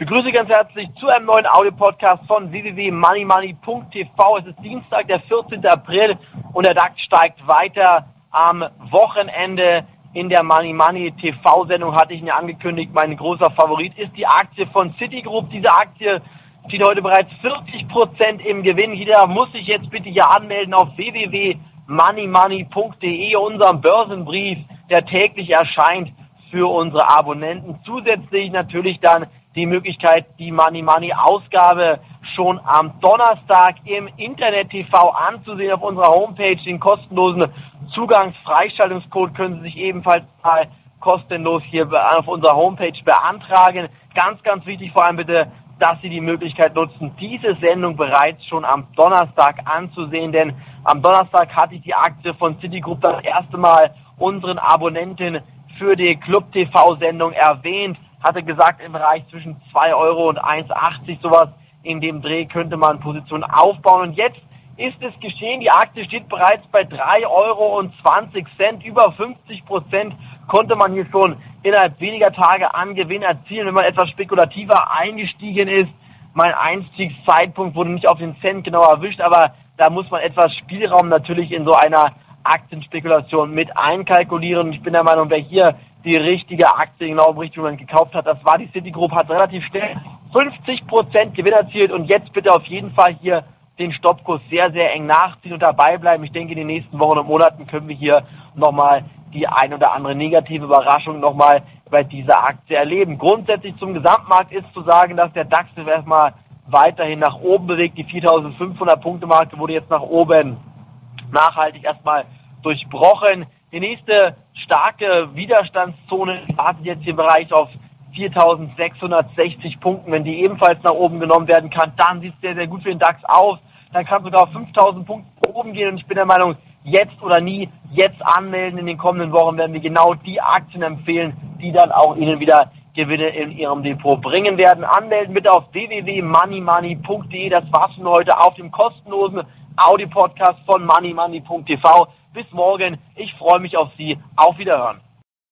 Begrüße ganz herzlich zu einem neuen Audio-Podcast von www.moneymoney.tv. Es ist Dienstag, der 14. April und der DAX steigt weiter am Wochenende. In der Money Money TV-Sendung hatte ich ihn ja angekündigt, mein großer Favorit ist die Aktie von Citigroup. Diese Aktie steht heute bereits 40% im Gewinn. Jeder muss sich jetzt bitte hier anmelden auf www.moneymoney.de, unserem Börsenbrief, der täglich erscheint für unsere Abonnenten. Zusätzlich natürlich dann die Möglichkeit, die Money Money Ausgabe schon am Donnerstag im Internet TV anzusehen auf unserer Homepage. Den kostenlosen Zugangsfreischaltungscode können Sie sich ebenfalls mal kostenlos hier auf unserer Homepage beantragen. Ganz, ganz wichtig vor allem bitte, dass Sie die Möglichkeit nutzen, diese Sendung bereits schon am Donnerstag anzusehen, denn am Donnerstag hatte ich die Aktie von Citigroup das erste Mal unseren Abonnenten für die Club TV-Sendung erwähnt, hatte gesagt, im Bereich zwischen 2 Euro und 1,80 sowas in dem Dreh könnte man Positionen aufbauen. Und jetzt ist es geschehen, die Aktie steht bereits bei 3,20 Euro. Über 50% konnte man hier schon innerhalb weniger Tage an Gewinn erzielen, wenn man etwas spekulativer eingestiegen ist. Mein Einstiegszeitpunkt wurde nicht auf den Cent genau erwischt, aber da muss man etwas Spielraum natürlich in so einer Aktienspekulation mit einkalkulieren. Ich bin der Meinung, wer hier die richtige Aktie genau im richtigen Moment gekauft hat, das war die Citigroup, hat relativ schnell 50% Gewinn erzielt und jetzt bitte auf jeden Fall hier den Stoppkurs sehr, sehr eng nachziehen und dabei bleiben. Ich denke, in den nächsten Wochen und Monaten können wir hier nochmal die ein oder andere negative Überraschung nochmal bei dieser Aktie erleben. Grundsätzlich zum Gesamtmarkt ist zu sagen, dass der DAX erstmal weiterhin nach oben bewegt. Die 4.500 Punkte Marke wurde jetzt nach oben nachhaltig erstmal durchbrochen. Die nächste starke Widerstandszone wartet jetzt hier im Bereich auf 4.660 Punkten. Wenn die ebenfalls nach oben genommen werden kann, dann sieht es sehr, sehr gut für den DAX aus. Dann kann es sogar auf 5.000 Punkte nach oben gehen und ich bin der Meinung, jetzt oder nie, jetzt anmelden. In den kommenden Wochen werden wir genau die Aktien empfehlen, die dann auch Ihnen wieder Gewinne in Ihrem Depot bringen werden. Anmelden bitte auf www.moneymoney.de. Das war's für heute auf dem kostenlosen Audio-Podcast von moneymoney.tv. Bis morgen. Ich freue mich auf Sie. Auf Wiederhören.